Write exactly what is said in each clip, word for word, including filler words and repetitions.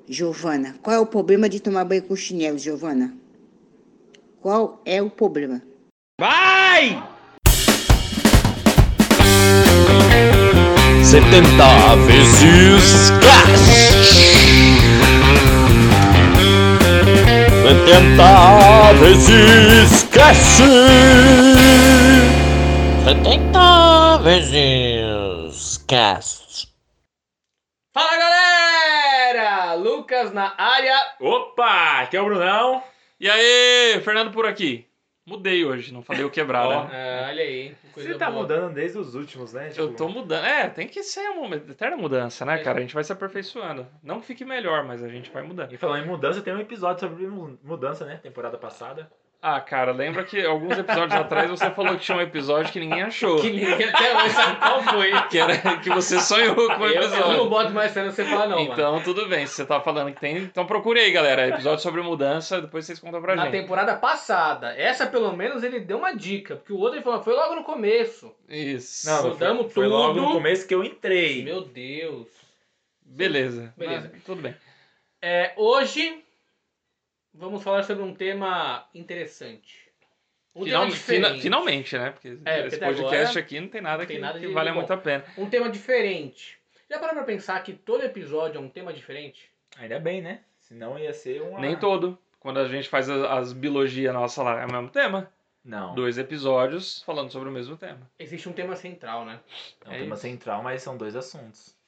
Giovana, qual é o problema de tomar banho com chinelo, Giovana? Qual é o problema? Vai! setenta vezes cash. setenta vezes cash. setenta vezes cash. Fala, galera! Lucas na área. Opa, aqui é o Brunão. E aí, Fernando por aqui. Mudei hoje, não falei o quebrado. Ó, né? É, olha aí. Coisa Você tá boa. mudando desde os últimos, né? Eu Tipo, tô mudando. É, tem que ser uma eterna mudança, né, cara? A gente vai se aperfeiçoando. Não que fique melhor, mas a gente vai mudando. E falando em mudança, tem um episódio sobre mu- mudança, né? Temporada passada. Ah, cara, lembra que alguns episódios atrás você falou que tinha um episódio que ninguém achou. Que ninguém até hoje sabe qual foi. Que era que você sonhou com o Eu, eu não episódio. boto mais fé no que você fala, não, mano. Então, tudo bem. Se você tá falando que tem, então procure aí, galera. Episódio sobre mudança, depois vocês contam pra Na gente. temporada passada. Essa, pelo menos, ele deu uma dica. Porque o outro ele falou, foi logo no começo. Isso. Não, não foi, Mudamos foi logo tudo. no começo que eu entrei. Meu Deus. Beleza. Beleza. Mas, tudo bem. É, hoje, vamos falar sobre um tema interessante. Um Final- tema diferente. fina- finalmente, né? Porque É, esse porque até podcast agora aqui não tem nada não tem que, nada que de valha bom. muito a pena. Um tema diferente. Já parou pra pensar que todo episódio é um tema diferente? Ainda bem, né? Senão ia ser uma... Nem todo. Quando a gente faz as, as biologia nossa lá, é o mesmo tema. Não, Dois episódios falando sobre o mesmo tema. Existe um tema central, né? é um é tema isso. central, mas são dois assuntos.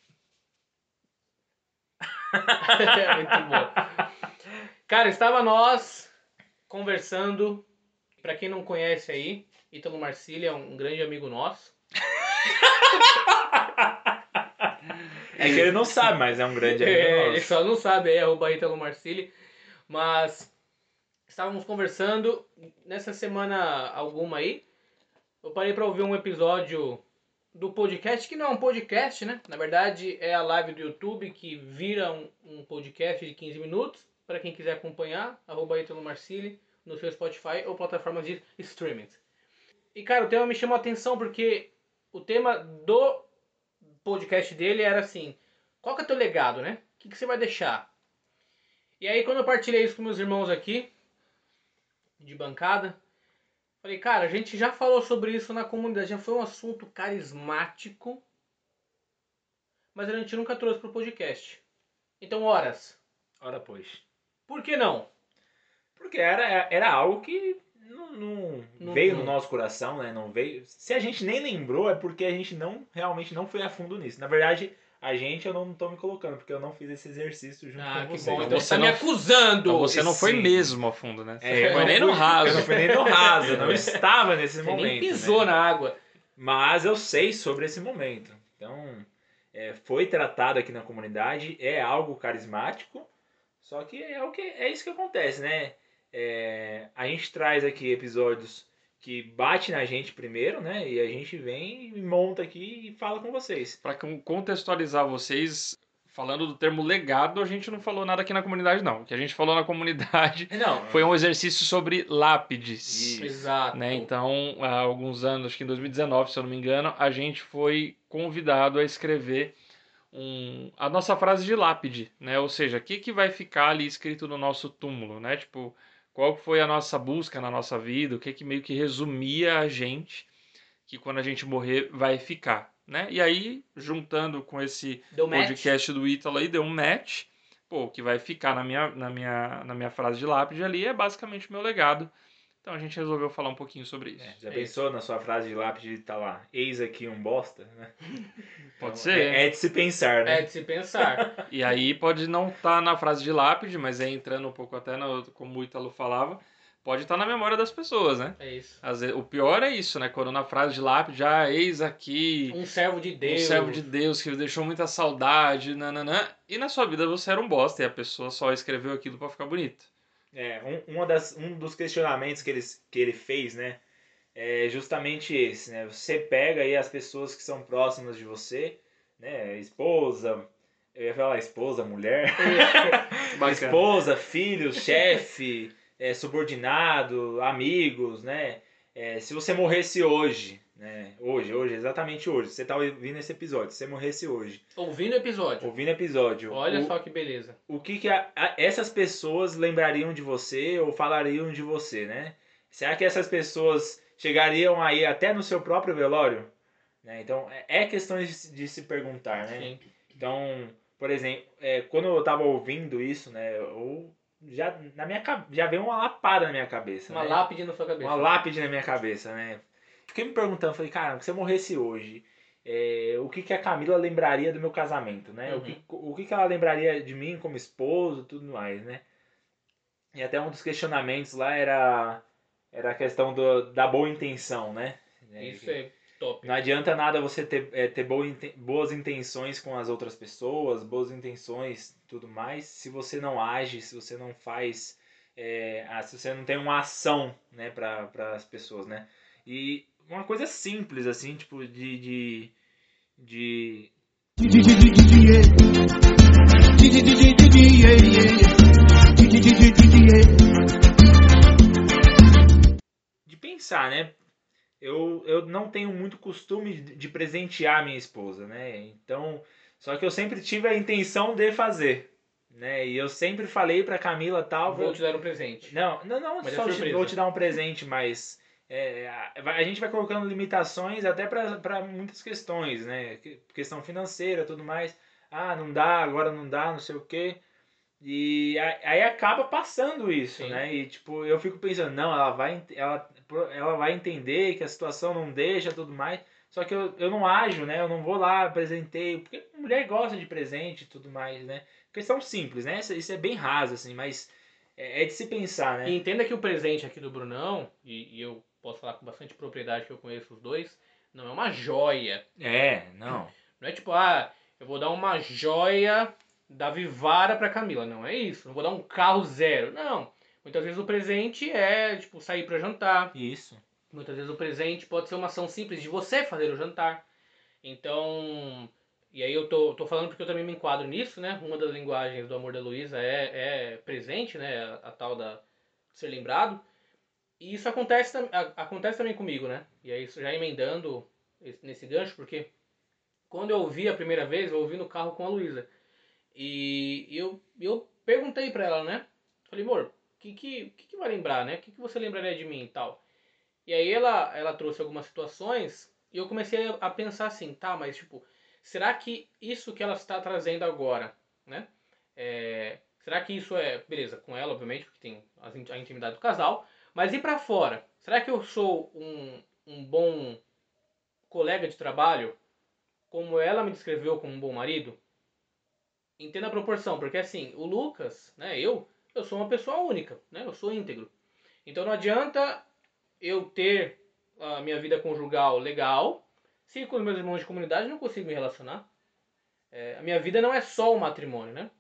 É muito bom. Cara, estava nós conversando. Pra quem não conhece aí, Ítalo Marcília é um grande amigo nosso. É que ele não sabe, mas é um grande amigo É, nosso. ele só não sabe, é arroba Ítalo Marcília. Mas estávamos conversando nessa semana alguma aí. Eu parei pra ouvir um episódio do podcast, que não é um podcast, né? Na verdade, é a live do YouTube que vira um, um podcast de quinze minutos. Para quem quiser acompanhar, arroba Ítalo Marcília no seu Spotify ou plataformas de streaming. E, cara, o tema me chamou a atenção porque o tema do podcast dele era assim: qual que é o teu legado, né? O que, que você vai deixar? E aí, quando eu partilhei isso com meus irmãos aqui, de bancada, falei, cara, a gente já falou sobre isso na comunidade, já foi um assunto carismático, mas a gente nunca trouxe pro podcast. Então, horas, Ora, pois. por que não? Porque era, era algo que não, não Não- veio não. no nosso coração, né? Não veio. Se a gente nem lembrou, é porque a gente não realmente não foi a fundo nisso. Na verdade, a gente eu não tô me colocando, porque eu não fiz esse exercício junto Ah, com que vocês. bom. Então Então você você tá não- me acusando. Então você não foi Sim. mesmo a fundo, né? Você É, não foi eu nem não no fui- raso. Eu não fui nem no raso, eu não estava nesse Você momento. nem pisou né? na água. Mas eu sei sobre esse momento. Então, é, foi tratado aqui na comunidade, é algo carismático, só que é, o que, é isso que acontece, né? É, a gente traz aqui episódios que bate na gente primeiro, né? E a gente vem e monta aqui e fala com vocês. Pra con- contextualizar vocês, falando do termo legado, a gente não falou nada aqui na comunidade, não. O que a gente falou na comunidade Não, foi um exercício sobre lápides. Isso. Exato. Né? Então, há alguns anos, acho que em dois mil e dezenove, se eu não me engano, a gente foi convidado a escrever um, a nossa frase de lápide, né? Ou seja, o que, que vai ficar ali escrito no nosso túmulo, né? Tipo, qual foi a nossa busca na nossa vida, o que, que meio que resumia a gente, que quando a gente morrer vai ficar, né? E aí, juntando com esse Deu match. podcast do Ítalo aí, deu um match. Pô, o que vai ficar na minha, na minha, na minha frase de lápide ali é basicamente o meu legado. Então a gente resolveu falar um pouquinho sobre isso. É, já É pensou na sua frase de lápide tá lá, eis aqui um bosta, né? Pode Então, ser. É, é de se pensar, né? É de se pensar. E aí pode não estar na frase de lápide, mas é entrando um pouco até no, como o Ítalo falava, pode estar na memória das pessoas, né? É isso. Às vezes, o pior é isso, né? Quando na frase de lápide, ah, eis aqui Um servo de Deus. um servo de Deus que deixou muita saudade, nananã, e na sua vida você era um bosta e a pessoa só escreveu aquilo pra ficar bonito. É, um, uma das, um dos questionamentos que ele, que ele fez, né, é justamente esse, né, você pega aí as pessoas que são próximas de você, né, esposa, eu ia falar esposa, mulher, Bacana. esposa, filho, chefe, é, subordinado, amigos, né, é, se você morresse hoje, né? Hoje, hoje, exatamente hoje. Você tá ouvindo esse episódio, se você morresse hoje, Ouvindo o episódio. ouvindo o episódio, Olha o, só que beleza. o que, que a- a- essas pessoas lembrariam de você ou falariam de você, né? Será que essas pessoas chegariam aí até no seu próprio velório? Né? Então, é é questão de, se- de se perguntar, né? Sim. Então, por exemplo, é, quando eu tava ouvindo isso, né, eu já na minha ca- já veio uma lapada na minha cabeça, Uma né? lápide na sua cabeça. Uma lápide na minha cabeça, né? Fiquei me perguntando, falei, cara, se eu morresse hoje, é, o que, que a Camila lembraria do meu casamento, né? Uhum. O, que, o que, que ela lembraria de mim como esposo, tudo mais, né? E até um dos questionamentos lá era, era a questão do, da boa intenção, né? Isso é top. Não adianta nada você ter, é, ter boa inten- boas intenções com as outras pessoas, boas intenções tudo mais, se você não age, se você não faz, é, ah, se você não tem uma ação, né, para as pessoas, né? E uma coisa simples, assim, tipo, de... de, de de pensar, né? Eu, eu não tenho muito costume de de presentear minha esposa, né? Então, só que eu sempre tive a intenção de fazer, né? E eu sempre falei pra Camila tal, Vou te dar um presente. não, não, não Mas é só te, surpresa. vou te dar um presente, mas é, a, vai- a gente vai colocando limitações até para muitas questões, né? Que- Questão financeira, tudo mais. Ah, não dá, agora não dá, não sei o quê. E a- aí acaba passando isso, Sim. né? E tipo, eu fico pensando, não, ela vai, ent- ela, ela vai entender que a situação não deixa, tudo mais. Só que eu, eu não ajo, né? Eu não vou lá, presenteio, porque mulher gosta de presente e tudo mais, né? Questão simples, né? Isso, isso é bem raso, assim, mas é, é de se pensar, né? E entenda que o presente aqui do Brunão, e, e eu posso falar com bastante propriedade que eu conheço os dois, não é uma joia. É, não. Não é tipo, ah, eu vou dar uma joia da Vivara pra Camila. Não é isso. Não vou dar um carro zero. Não. Muitas vezes o presente é, tipo, sair pra jantar. Isso. Muitas vezes o presente pode ser uma ação simples de você fazer o jantar. Então, e aí eu tô, tô falando porque eu também me enquadro nisso, né? Uma das linguagens do amor da Luísa é, é presente, né? A, a tal da ser lembrado. E isso acontece, tam- a- acontece também comigo, né? E aí, isso já emendando esse- nesse gancho, porque quando eu ouvi a primeira vez, eu ouvi no carro com a Luísa. E eu, eu perguntei pra ela, né? Falei, amor, o que, que, que, que vai lembrar, né? O que, que você lembraria de mim e tal? E aí ela, ela trouxe algumas situações e eu comecei a pensar assim, tá, mas tipo, será que isso que ela está trazendo agora, né? É, será que isso é, beleza, com ela, obviamente, porque tem as in- a intimidade do casal, mas e pra fora? Será que eu sou um, um bom colega de trabalho, como ela me descreveu como um bom marido? Entenda a proporção, porque assim, o Lucas, né, eu, eu sou uma pessoa única, né? Eu sou íntegro. Então não adianta eu ter a minha vida conjugal legal, se com os meus irmãos de comunidade eu não consigo me relacionar. É, a minha vida não é só o matrimônio, né?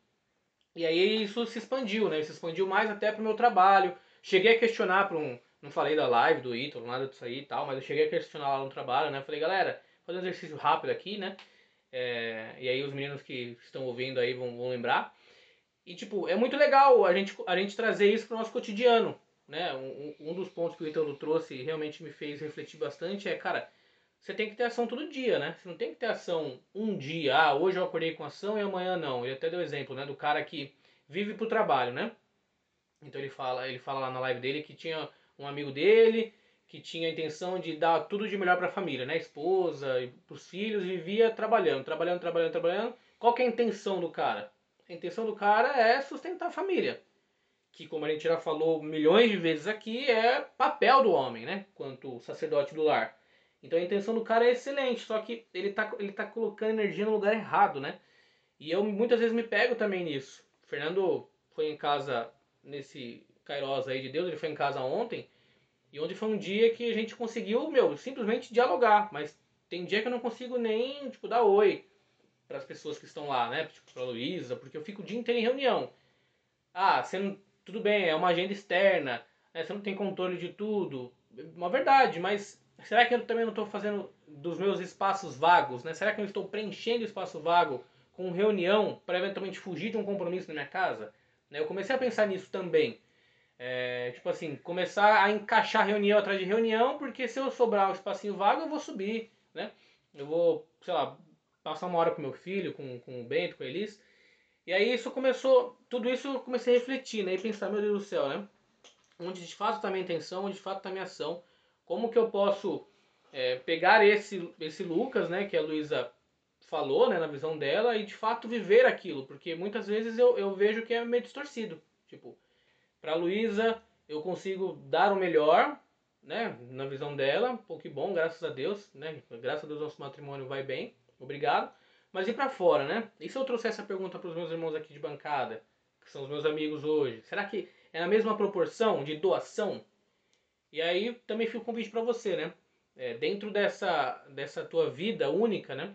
E aí isso se expandiu, né? Se expandiu mais até pro meu trabalho. Cheguei a questionar para um... Não falei da live do Ítalo, nada disso aí e tal, mas eu cheguei a questionar lá no trabalho, né? Falei, galera, fazer um exercício rápido aqui, né? É, e aí os meninos que estão ouvindo aí vão, vão lembrar. E, tipo, é muito legal a gente, a gente trazer isso pro nosso cotidiano, né? Um, um um dos pontos que o Ítalo trouxe e realmente me fez refletir bastante é, cara, você tem que ter ação todo dia, né? Você não tem que ter ação um dia, ah, hoje eu acordei com ação e amanhã não. Ele até deu exemplo, né, do cara que vive pro trabalho, né? Então ele fala, ele fala lá na live dele que tinha um amigo dele que tinha a intenção de dar tudo de melhor pra família, né? Esposa, e pros filhos, e vivia trabalhando, trabalhando, trabalhando, trabalhando. Qual que é a intenção do cara? A intenção do cara é sustentar a família. Que, como a gente já falou milhões de vezes aqui, é papel do homem, né? Quanto sacerdote do lar. Então a intenção do cara é excelente, só que ele tá, ele tá colocando energia no lugar errado, né? E eu muitas vezes me pego também nisso. O Fernando foi em casa nesse Kairos aí de Deus, ele foi em casa ontem, e onde foi um dia que a gente conseguiu, meu, simplesmente dialogar. Mas tem dia que eu não consigo nem, tipo, dar oi para as pessoas que estão lá, né? Tipo, pra Luísa, porque eu fico o dia inteiro em reunião. Ah, você não... Tudo bem, é uma agenda externa, né? Você não tem controle de tudo. Uma verdade, mas será que eu também não estou fazendo dos meus espaços vagos, né? Será que eu estou preenchendo o espaço vago com reunião para eventualmente fugir de um compromisso na minha casa? Né? Eu comecei a pensar nisso também. É, tipo assim, começar a encaixar reunião atrás de reunião, porque se eu sobrar um espacinho vago, eu vou subir, né? Eu vou, sei lá, passar uma hora com meu filho, com, com o Bento, com a Elis. E aí isso começou, tudo isso eu comecei a refletir, né? E pensar, meu Deus do céu, né? Onde de fato está a minha intenção, onde de fato está a minha ação. Como que eu posso é, pegar esse, esse Lucas, né, que a Luísa falou, né, na visão dela, e de fato viver aquilo. Porque muitas vezes eu, eu vejo que é meio distorcido. Tipo, pra Luísa eu consigo dar o melhor, né, na visão dela. Pô, que bom, graças a Deus, né? Graças a Deus nosso matrimônio vai bem. Obrigado. Mas e pra fora, né? E se eu trouxer essa pergunta pros meus irmãos aqui de bancada, que são os meus amigos hoje? Será que é na mesma proporção de doação? E aí também fica o convite pra você, né? É, dentro dessa, dessa tua vida única, né?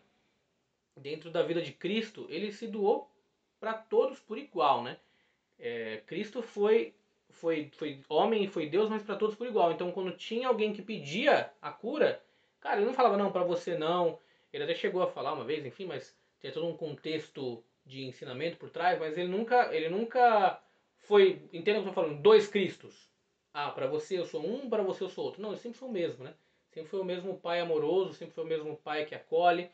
Dentro da vida de Cristo, ele se doou para todos por igual, né? É, Cristo foi, foi, foi homem e foi Deus, mas para todos por igual. Então, quando tinha alguém que pedia a cura, cara, ele não falava, não, para você não. Ele até chegou a falar uma vez, enfim, mas tinha todo um contexto de ensinamento por trás, mas ele nunca, ele nunca foi, entenda o que eu tô falando, dois Cristos. Ah, para você eu sou um, para você eu sou outro. Não, ele sempre foi o mesmo, né? Sempre foi o mesmo pai amoroso, sempre foi o mesmo pai que acolhe.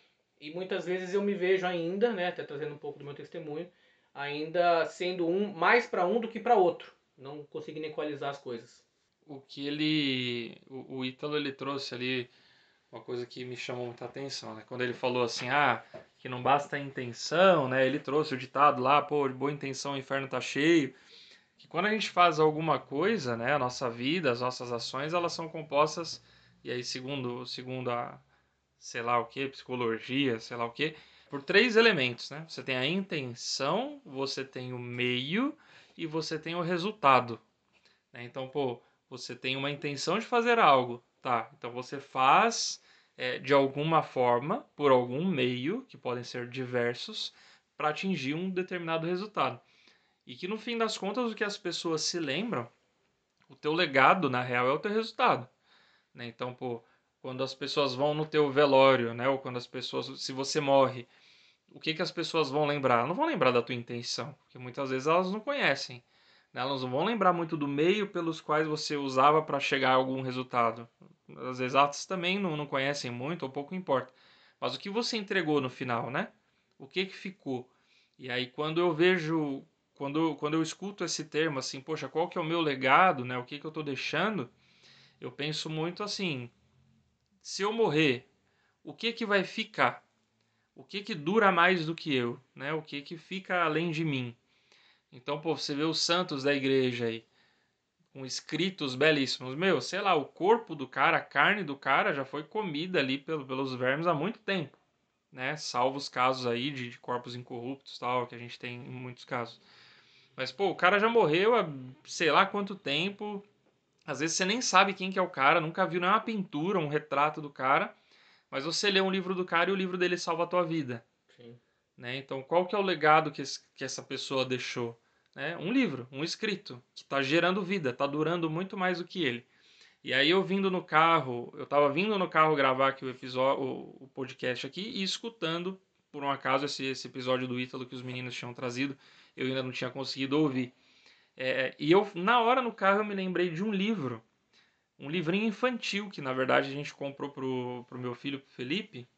E muitas vezes eu me vejo ainda, né, até trazendo um pouco do meu testemunho, ainda sendo um mais para um do que para outro, não conseguindo equalizar as coisas. O que ele, o, o Ítalo, ele trouxe ali uma coisa que me chamou muita atenção, né? Quando ele falou assim, ah, que não basta a intenção, né? Ele trouxe o ditado lá, pô, de boa intenção o inferno tá cheio. Que quando a gente faz alguma coisa, né, a nossa vida, as nossas ações, elas são compostas, e aí segundo, segundo a, sei lá o que, psicologia, sei lá o que, por três elementos, né? Você tem a intenção, você tem o meio e você tem o resultado. Né? Então, pô, você tem uma intenção de fazer algo, tá? Então você faz é, de alguma forma, por algum meio, que podem ser diversos, para atingir um determinado resultado. E que no fim das contas o que as pessoas se lembram, o teu legado na real é o teu resultado. Né? Então, pô, quando as pessoas vão no teu velório, né? Ou quando as pessoas, se você morre, o que, que as pessoas vão lembrar? Elas não vão lembrar da tua intenção, porque muitas vezes elas não conhecem. Né? Elas não vão lembrar muito do meio pelos quais você usava para chegar a algum resultado. Às vezes elas também não, não conhecem muito, ou pouco importa. Mas o que você entregou no final, né? O que que ficou? E aí quando eu vejo, quando, quando eu escuto esse termo assim, poxa, qual que é o meu legado, né? O que que eu estou deixando? Eu penso muito assim, se eu morrer, o que que vai ficar? O que que dura mais do que eu? Né? O que que fica além de mim? Então, pô, você vê os santos da igreja aí, com escritos belíssimos. Meu, sei lá, o corpo do cara, a carne do cara já foi comida ali pelo, pelos vermes há muito tempo. Né? Salvo os casos aí de, de corpos incorruptos, tal, que a gente tem em muitos casos. Mas, pô, o cara já morreu há sei lá quanto tempo. Às vezes você nem sabe quem que é o cara, nunca viu nenhuma pintura, um retrato do cara, mas você lê um livro do cara e o livro dele salva a tua vida. Sim. Né? Então, qual que é o legado que, esse, que essa pessoa deixou? Né? Um livro, um escrito, que está gerando vida, está durando muito mais do que ele. E aí eu vindo no carro, eu estava vindo no carro gravar aqui o, episódio, o, o podcast aqui e escutando, por um acaso, esse, esse episódio do Ítalo que os meninos tinham trazido, eu ainda não tinha conseguido ouvir. É, e eu, na hora no carro, eu me lembrei de um livro, um livrinho infantil, que na verdade a gente comprou pro, pro meu filho, pro Felipe,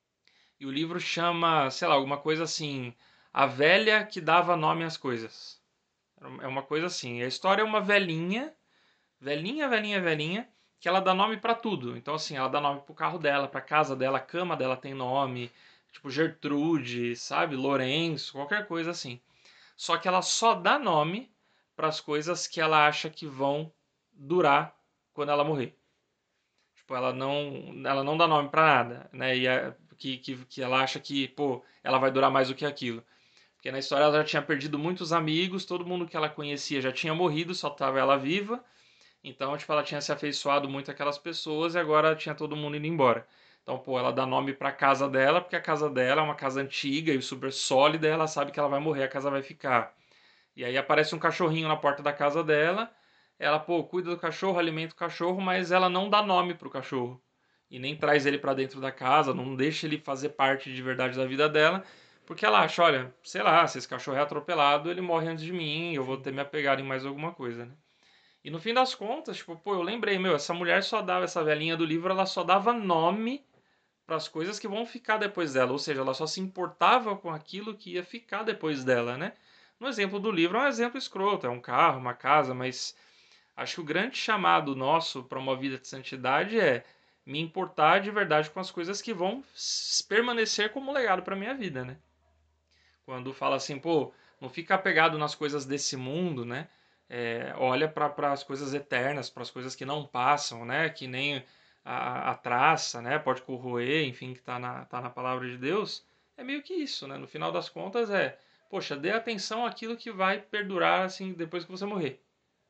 e o livro chama, sei lá, alguma coisa assim, A Velha que Dava Nome às Coisas. É uma coisa assim, a história é uma velhinha, velhinha, velhinha, velhinha, que ela dá nome pra tudo. Então assim, ela dá nome pro carro dela, pra casa dela, a cama dela tem nome, tipo Gertrude, sabe, Lourenço, qualquer coisa assim. Só que ela só dá nome para as coisas que ela acha que vão durar quando ela morrer. Tipo, ela não, ela não dá nome para nada, né? E é, que, que, que ela acha que, pô, ela vai durar mais do que aquilo. Porque na história ela já tinha perdido muitos amigos, todo mundo que ela conhecia já tinha morrido, só estava ela viva. Então, tipo, ela tinha se afeiçoado muito àquelas pessoas e agora tinha todo mundo indo embora. Então, pô, ela dá nome pra casa dela, porque a casa dela é uma casa antiga e super sólida, e ela sabe que ela vai morrer, a casa vai ficar. E aí aparece um cachorrinho na porta da casa dela, ela, pô, cuida do cachorro, alimenta o cachorro, mas ela não dá nome pro cachorro. E nem traz ele pra dentro da casa, não deixa ele fazer parte de verdade da vida dela, porque ela acha, olha, sei lá, se esse cachorro é atropelado, ele morre antes de mim, eu vou ter me apegado em mais alguma coisa, né? E no fim das contas, tipo, pô, eu lembrei, meu, essa mulher só dava, essa velhinha do livro, ela só dava nome para as coisas que vão ficar depois dela, ou seja, ela só se importava com aquilo que ia ficar depois dela, né? No exemplo do livro é um exemplo escroto, é um carro, uma casa, mas acho que o grande chamado nosso para uma vida de santidade é me importar de verdade com as coisas que vão permanecer como legado para minha vida, né? Quando fala assim, pô, não fica apegado nas coisas desse mundo, né? É, olha para as coisas eternas, para as coisas que não passam, né? Que nem a, a traça, né? Pode corroer, enfim, que está na, tá na palavra de Deus. É meio que isso, né? No final das contas é, poxa, dê atenção àquilo que vai perdurar assim depois que você morrer.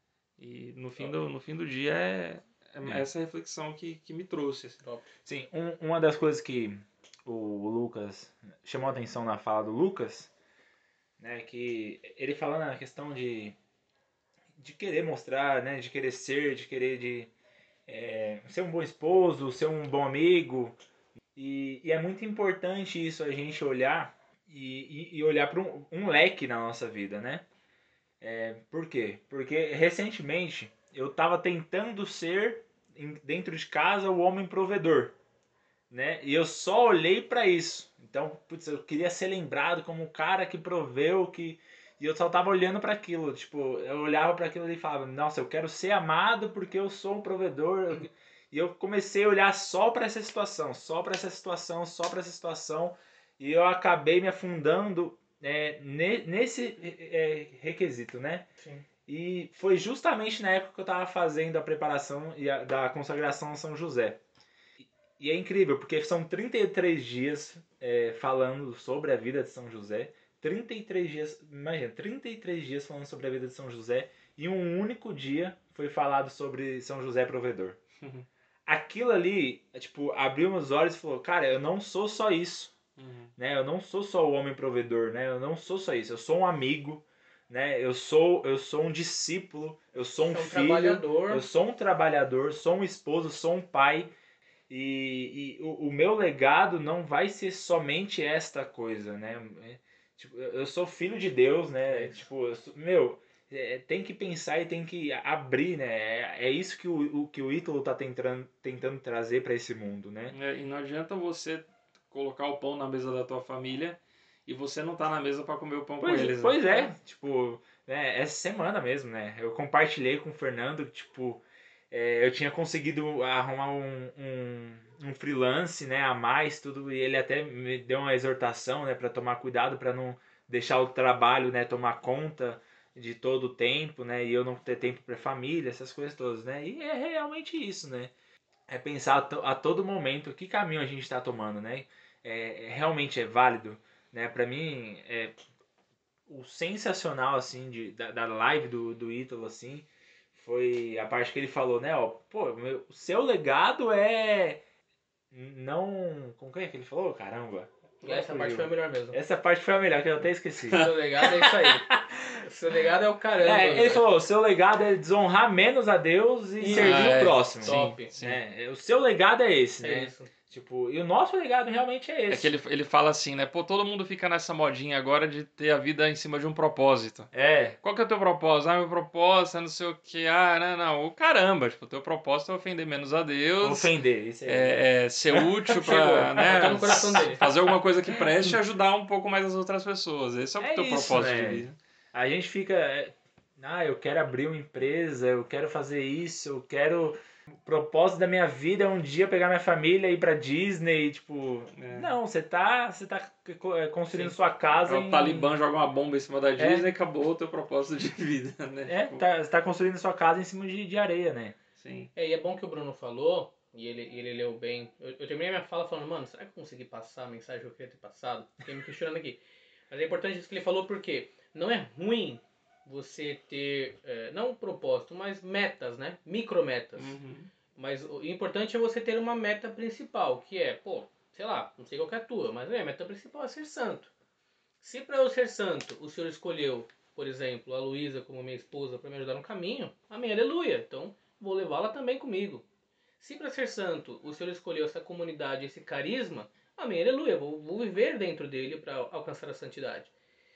E no fim do, no fim do dia é, é essa reflexão que, que me trouxe. Assim. Sim, um, uma das coisas que o Lucas chamou a atenção na fala do Lucas, né, que ele fala na questão de, de querer mostrar, né, de querer ser, de querer de, é, ser um bom esposo, ser um bom amigo. E, e é muito importante isso, a gente olhar e, e, e olhar para um, um leque na nossa vida, né? É, por quê? Porque recentemente eu estava tentando ser dentro de casa o homem provedor, né? E eu só olhei para isso. Então, putz, eu queria ser lembrado como o cara que proveu, que e eu só tava olhando para aquilo, tipo, eu olhava para aquilo e falava: "Nossa, eu quero ser amado porque eu sou um provedor". E eu comecei a olhar só para essa situação, só para essa situação, só para essa situação, e eu acabei me afundando é, nesse é, requisito, né? Sim. E foi justamente na época que eu estava fazendo a preparação e a, da consagração a São José. E é incrível, porque são trinta e três dias é, falando sobre a vida de São José. trinta e três dias, imagina, trinta e três dias falando sobre a vida de São José. E um único dia foi falado sobre São José provedor. Uhum. Aquilo ali, tipo, abriu meus olhos e falou: cara, eu não sou só isso. Uhum. Né? Eu não sou só o homem provedor, né? Eu não sou só isso. Eu sou um amigo, né? Eu sou, eu sou um discípulo, eu sou um Sou um filho, trabalhador. eu sou um trabalhador, sou um esposo, sou um pai. E, e o, o meu legado não vai ser somente esta coisa, né? É, tipo, eu sou filho de Deus, né? É. Tipo, eu sou, meu, é, tem que pensar e tem que abrir, né? É, é isso que o, o, que o Ítalo tá tentando, tentando trazer para esse mundo, né? É, e não adianta você colocar o pão na mesa da tua família e você não tá na mesa para comer o pão Pois, com eles. pois né? é, tipo, né, essa semana mesmo, né? Eu compartilhei com o Fernando, tipo, é, eu tinha conseguido arrumar um, um, um freelance, né, a mais, tudo, e ele até me deu uma exortação, né, para tomar cuidado, para não deixar o trabalho, né, tomar conta de todo o tempo, né, e eu não ter tempo para família, essas coisas todas, né? E é realmente isso, né? É pensar a, to, a todo momento que caminho a gente está tomando, né? É, é, realmente é válido, né? Para mim, é, o sensacional, assim, de, da, da live do, do Ítalo, assim, foi a parte que ele falou, né, ó, pô, meu, o seu legado é não... Como que é que ele falou? Caramba. Essa parte foi a melhor mesmo. Essa parte foi a melhor, que eu até esqueci. O seu legado é isso aí. O seu legado é o caramba. É, ele velho. falou, o seu legado é desonrar menos a Deus e Isso. servir Ah, é. o próximo. Top. Sim. Né? O seu legado é esse, É né? isso. Tipo, e o nosso legado realmente é esse. É que ele, ele fala assim, né? Pô, todo mundo fica nessa modinha agora de ter a vida em cima de um propósito. É, Qual que é o teu propósito? Ah, meu propósito é não sei o que. Ah, não, não. O caramba, tipo, o teu propósito é ofender menos a Deus. ofender, isso aí. É, é ser útil Chegou. pra, né, Tá no coração dele. fazer alguma coisa que preste e ajudar um pouco mais as outras pessoas. Esse é o É teu isso, propósito né? de vida. A gente fica, é, ah, eu quero abrir uma empresa, eu quero fazer isso, eu quero... O propósito da minha vida é um dia pegar minha família e ir pra Disney, tipo... É. Não, você tá, você tá é, construindo Sim. sua casa É em... o Talibã joga uma bomba em cima da Disney e acabou o teu propósito de vida, né? É, Tipo, tá, você tá construindo sua casa em cima de, de areia, né? sim. É, e é bom que o Bruno falou, e ele, ele leu bem. Eu, eu terminei minha fala falando, mano, será que eu consegui passar a mensagem que eu queria ter passado? Fiquei me questionando aqui. Mas é importante isso que ele falou, porque não é ruim você ter, é, não um propósito, mas metas, né? Micrometas. Uhum. Mas o importante é você ter uma meta principal, que é, pô, sei lá, não sei qual que é a tua, mas a minha meta principal é ser santo. Se para eu ser santo o Senhor escolheu, por exemplo, a Luísa como minha esposa para me ajudar no caminho, amém, aleluia. Então vou levá-la também comigo. Se para ser santo o Senhor escolheu essa comunidade, esse carisma, amém, aleluia. Vou, vou viver dentro dele para alcançar a santidade.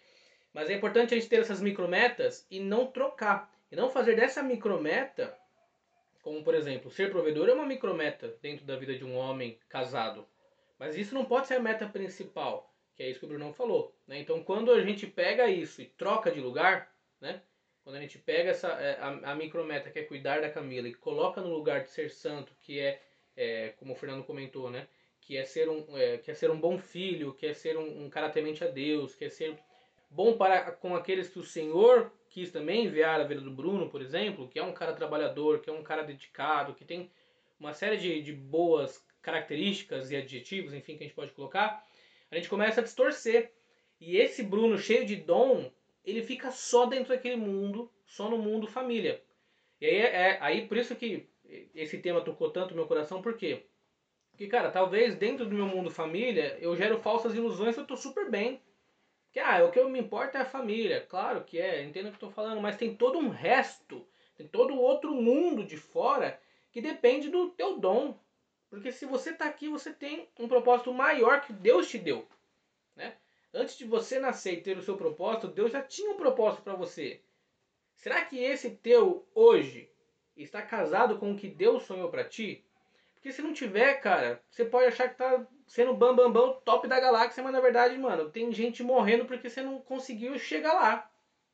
Mas é importante a gente ter essas micrometas e não trocar. E não fazer dessa micrometa, como por exemplo, ser provedor é uma micrometa dentro da vida de um homem casado. Mas isso não pode ser a meta principal, que é isso que o Brunão falou. Né? Então quando a gente pega isso e troca de lugar, né? Quando a gente pega essa, a, a micrometa que é cuidar da Camila e coloca no lugar de ser santo, que é, é como o Fernando comentou, né? Que é ser um, é, que é ser um bom filho, que é ser um, um cara temente a Deus, que é ser bom para com aqueles que o Senhor quis também enviar a vida do Bruno, por exemplo, que é um cara trabalhador, que é um cara dedicado, que tem uma série de, de boas características e adjetivos, enfim, que a gente pode colocar, a gente começa a distorcer. E esse Bruno cheio de dom, ele fica só dentro daquele mundo, só no mundo família. E aí, é, aí por isso que esse tema tocou tanto no meu coração, por quê? Porque, cara, talvez dentro do meu mundo família, eu gero falsas ilusões, eu tô super bem. Que, ah, o que eu me importa é a família. Claro que é, entendo o que eu tô falando, mas tem todo um resto, tem todo outro mundo de fora que depende do teu dom. Porque se você tá aqui, você tem um propósito maior que Deus te deu, né? Antes de você nascer e ter o seu propósito, Deus já tinha um propósito para você. Será que esse teu hoje está casado com o que Deus sonhou para ti? Porque se não tiver, cara, você pode achar que tá sendo bambambam bam, bam, top da galáxia, mas na verdade, mano, tem gente morrendo porque você não conseguiu chegar lá.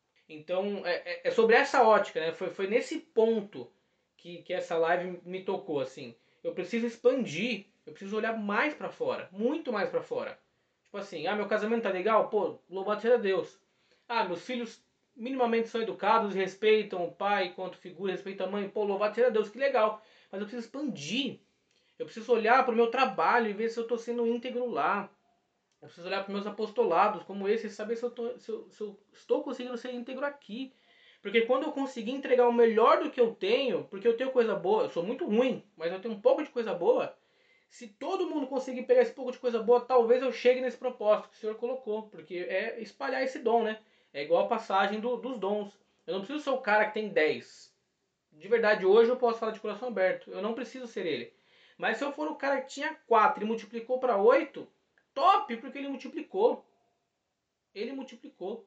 Então, é, é sobre essa ótica, né? Foi, foi nesse ponto que, que essa live me tocou, assim. Eu preciso expandir, eu preciso olhar mais pra fora, muito mais pra fora. Tipo assim, ah, meu casamento tá legal? Pô, louvado seja Deus. Ah, meus filhos minimamente são educados, respeitam o pai enquanto figura, respeitam a mãe. Pô, louvado seja Deus, que legal. Mas eu preciso expandir. Eu preciso olhar para o meu trabalho e ver se eu estou sendo íntegro lá. Eu preciso olhar para os meus apostolados como esse e saber se eu, tô, se, eu, se eu estou conseguindo ser íntegro aqui. Porque quando eu conseguir entregar o melhor do que eu tenho, porque eu tenho coisa boa, eu sou muito ruim, mas eu tenho um pouco de coisa boa, se todo mundo conseguir pegar esse pouco de coisa boa, talvez eu chegue nesse propósito que o Senhor colocou. Porque é espalhar esse dom, né? É igual a passagem do, dos dons. Eu não preciso ser o cara que tem dez. De verdade, hoje eu posso falar de coração aberto. Eu não preciso ser ele. Mas se eu for o cara que tinha quatro e multiplicou para oito, top, porque ele multiplicou. Ele multiplicou.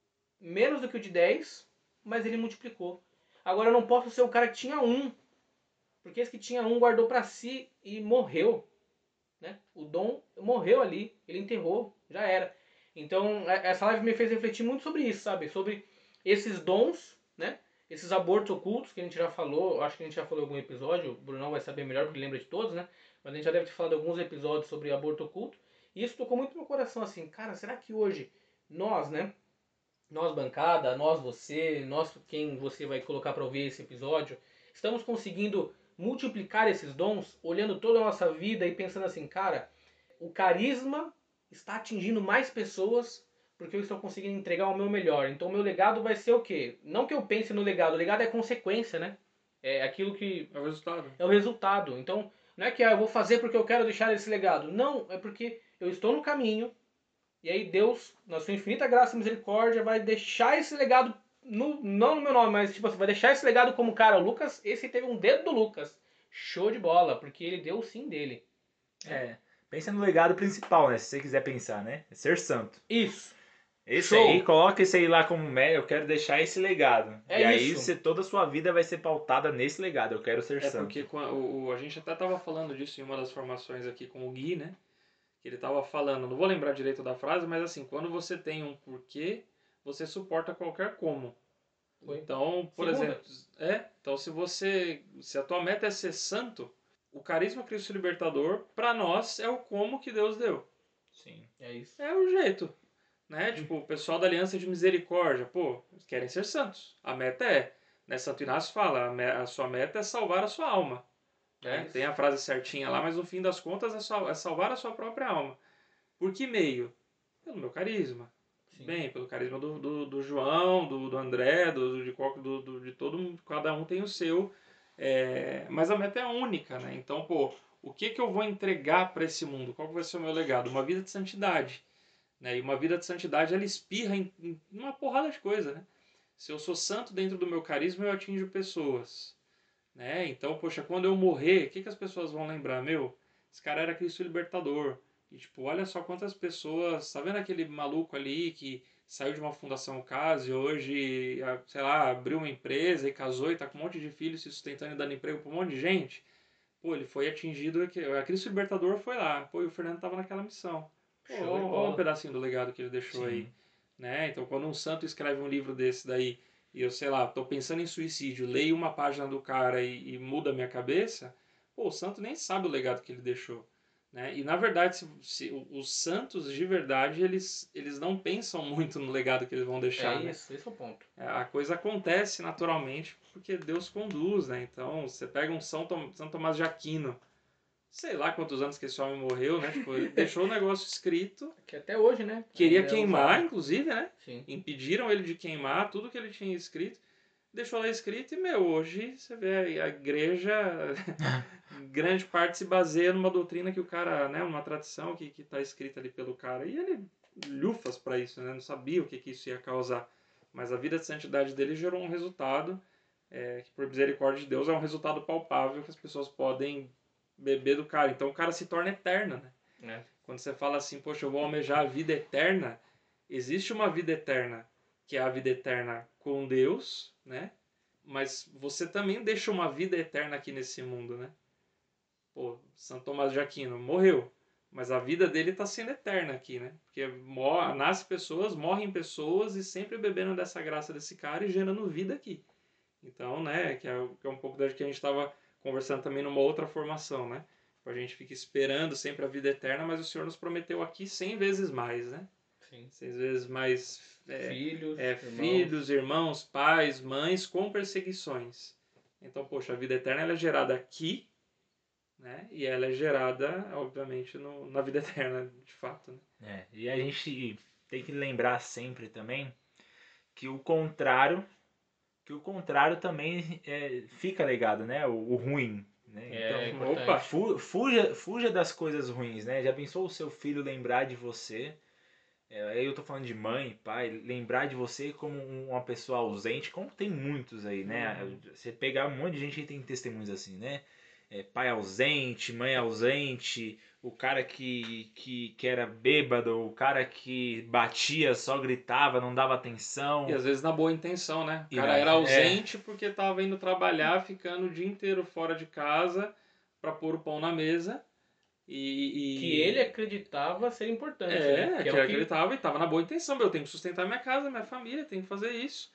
Menos do que o de dez, mas ele multiplicou. Agora eu não posso ser o cara que tinha um, porque esse que tinha um guardou para si e morreu. Né? O dom morreu ali, ele enterrou, já era. Então essa live me fez refletir muito sobre isso, sabe? Sobre esses dons, né? Esses abortos ocultos que a gente já falou, acho que a gente já falou em algum episódio, o Brunão vai saber melhor porque lembra de todos, né? Mas a gente já deve ter falado alguns episódios sobre aborto oculto. E isso tocou muito no meu coração, assim, cara, será que hoje nós, né? Nós bancada, nós você, nós quem você vai colocar para ouvir esse episódio, estamos conseguindo multiplicar esses dons, olhando toda a nossa vida e pensando assim, cara, o carisma está atingindo mais pessoas porque eu estou conseguindo entregar o meu melhor. Então o meu legado vai ser o quê? Não que eu pense no legado, o legado é consequência, né? É aquilo que... É o resultado. É o resultado. Então, não é que ah, eu vou fazer porque eu quero deixar esse legado. Não, é porque eu estou no caminho e aí Deus, na sua infinita graça e misericórdia, vai deixar esse legado, no, não no meu nome, mas tipo assim, vai deixar esse legado como, cara, o Lucas, esse teve um dedo do Lucas. Show de bola, porque ele deu o sim dele. É, pensa no legado principal, né? Se você quiser pensar, né? É ser santo. Isso. Esse Show. aí, coloca esse aí lá como meta, eu quero deixar esse legado. É e aí isso. você, toda a sua vida vai ser pautada nesse legado, eu quero ser É santo. porque com a, o, a gente até tava falando disso em uma das formações aqui com o Gui, né? Que ele tava falando, não vou lembrar direito da frase, mas assim, quando você tem um porquê, você suporta qualquer como. Foi. Então, por Segunda. exemplo, é, então se você, se a tua meta é ser santo, o carisma Cristo Libertador, para nós, é o como que Deus deu. Sim. É isso. É o jeito. Né? Tipo, o pessoal da Aliança de Misericórdia, pô, eles querem ser santos. A meta é, né? Santo Inácio fala, a, me, a sua meta é salvar a sua alma. Né? É Tem a frase certinha lá, mas no fim das contas é, sal, é salvar a sua própria alma. Por que meio? Pelo meu carisma. Sim. Bem, pelo carisma do, do, do João, do, do André, do, de, do, do, de todo mundo, cada um tem o seu. É, mas a meta é única, né? Então, pô, o que, que eu vou entregar para esse mundo? Qual vai ser o meu legado? Uma vida de santidade. Né? E uma vida de santidade, ela espirra em, em uma porrada de coisa, né? Se eu sou santo dentro do meu carisma, eu atinjo pessoas. Né? Então, poxa, quando eu morrer, o que, que as pessoas vão lembrar? Meu, esse cara era Cristo Libertador. E, tipo, olha só quantas pessoas... Tá vendo aquele maluco ali que saiu de uma fundação casa e hoje, sei lá, abriu uma empresa e casou e tá com um monte de filhos se sustentando e dando emprego pra um monte de gente, pô, ele foi atingido, a Cristo Libertador foi lá, pô, e o Fernando tava naquela missão. Pô, Show de olha bola. um pedacinho do legado que ele deixou Sim. aí, né? Então, quando um santo escreve um livro desse daí, e eu, sei lá, tô pensando em suicídio, leio uma página do cara e, e muda a minha cabeça, pô, o santo nem sabe o legado que ele deixou, né? E, na verdade, se, se, os santos, de verdade, eles, eles não pensam muito no legado que eles vão deixar, É né? isso, esse é o ponto. A coisa acontece naturalmente porque Deus conduz, né? Então, você pega um São, Tom, São Tomás de Aquino, sei lá quantos anos que esse homem morreu, né? Tipo, ele deixou o negócio escrito, Que até hoje, né? queria ainda é queimar, usado. inclusive, né? Sim. Impediram ele de queimar tudo que ele tinha escrito, deixou lá escrito e, meu, hoje você vê a igreja, grande parte se baseia numa doutrina que o cara, né? Uma tradição que, que tá escrita ali pelo cara. E ele lufas pra isso, né? Não sabia o que, que isso ia causar. Mas a vida de santidade dele gerou um resultado é, que, por misericórdia de Deus, é um resultado palpável que as pessoas podem beber do cara. Então o cara se torna eterno, né? É. Quando você fala assim, poxa, eu vou almejar a vida eterna, existe uma vida eterna, que é a vida eterna com Deus, né? Mas você também deixa uma vida eterna aqui nesse mundo, né? Pô, Santo Tomás de Aquino morreu, mas a vida dele está sendo eterna aqui, né? Porque mor- nasce pessoas, morrem pessoas e sempre bebendo dessa graça desse cara e gerando vida aqui. Então, né, que é, que é um pouco da que a gente estava conversando também numa outra formação, né? A gente fica esperando sempre a vida eterna, mas o Senhor nos prometeu aqui cem vezes mais, né? Sim. Cem vezes mais é, Filhos, é, irmãos. filhos, irmãos, pais, mães com perseguições. Então, poxa, a vida eterna ela é gerada aqui, né? E ela é gerada, obviamente, no, na vida eterna, de fato, né? É, e a gente tem que lembrar sempre também que o contrário, que o contrário também é, fica ligado, né? O, o ruim, né? É Então, importante. opa, fu- fuja, fuja das coisas ruins, né? Já pensou o seu filho lembrar de você? É, aí eu tô falando de mãe, pai, lembrar de você como um- uma pessoa ausente, como tem muitos aí, né? Uhum. Você pegar um monte de gente que tem testemunhos assim, né? É, pai ausente, mãe ausente, o cara que, que, que era bêbado, o cara que batia, só gritava, não dava atenção. E às vezes na boa intenção, né? O E cara na- era é. ausente porque estava indo trabalhar, ficando o dia inteiro fora de casa para pôr o pão na mesa. E, e- Que ele acreditava ser importante, É, né? que, é o ele estava e estava na boa intenção. Eu tenho que sustentar minha casa, minha família, tenho que fazer isso.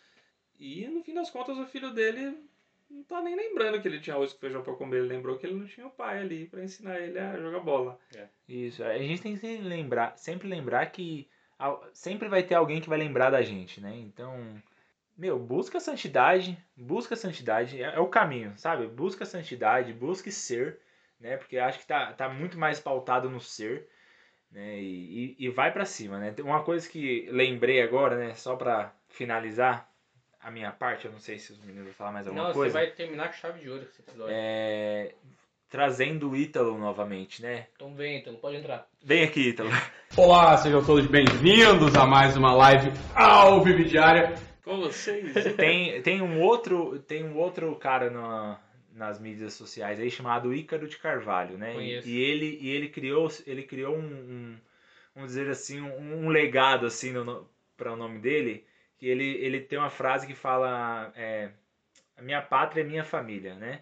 E no fim das contas o filho dele não tá nem lembrando que ele tinha arroz com feijão para comer. Ele lembrou que ele não tinha o pai ali para ensinar ele a jogar bola. Isso, a gente tem que lembrar, sempre lembrar que al- sempre vai ter alguém que vai lembrar da gente, né? Então, meu, busca a santidade, busca a santidade, é, é o caminho, sabe? Busca a santidade, busque ser, né? Porque acho que tá, tá muito mais pautado no ser, né? E, e, e vai pra cima, né? Tem uma coisa que lembrei agora, né? Só pra finalizar a minha parte, eu não sei se os meninos vão falar mais alguma Não, coisa. você vai terminar com chave de ouro esse episódio. É, trazendo o Ítalo novamente, né? Então vem, então pode entrar. Vem aqui, Ítalo. Olá, sejam todos bem-vindos a mais uma live ao vivo diária. Com vocês. Tem, tem um outro tem um outro cara na, nas mídias sociais aí chamado Ícaro de Carvalho, né? E, Conheço. e ele e ele criou ele criou um, um vamos dizer assim um, um legado assim para o nome dele, que ele ele tem uma frase que fala é, a minha pátria é minha família, né?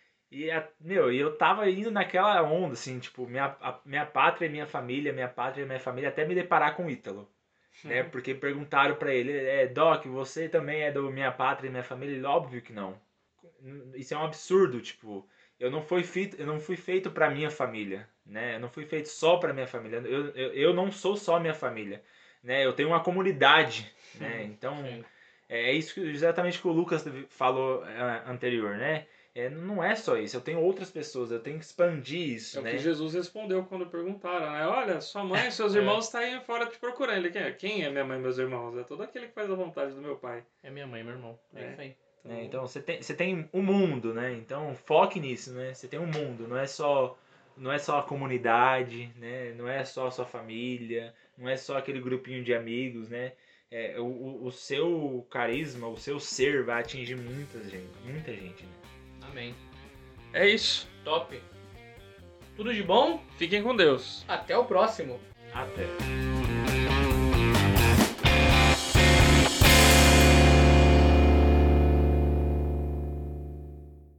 E a, meu, e eu tava indo naquela onda assim, tipo, minha a, minha pátria é minha família, minha pátria é minha família, até me deparar com o Ítalo. Né? Porque perguntaram pra ele, é, Doc, você também é do Minha Pátria e Minha Família? Ele, óbvio que não. Isso é um absurdo, tipo, eu não fui feito, eu não fui feito pra minha família, né? Eu não fui feito só pra minha família. Eu, eu, eu não sou só minha família, né? Eu tenho uma comunidade, né? Então, Sim. é isso que, exatamente o que o Lucas falou é, anterior, né? É, não é só isso, eu tenho outras pessoas, eu tenho que expandir isso, É o né? que Jesus respondeu quando perguntaram, né? Olha, sua mãe e seus irmãos estão aí fora te procurando. Ele, quem é? Quem é minha mãe e meus irmãos? É todo aquele que faz a vontade do meu pai. É minha mãe, meu irmão. É, É. isso aí. Né? Então você tem, você tem um mundo, né? Então foque nisso, né? Você tem um mundo, não é só, não é só a comunidade, né? Não é só a sua família, não é só aquele grupinho de amigos, né? É, o, o, o seu carisma, o seu ser vai atingir muita gente, muita gente, né? Amém. É isso. Top. Tudo de bom? Fiquem com Deus. Até o próximo. Até.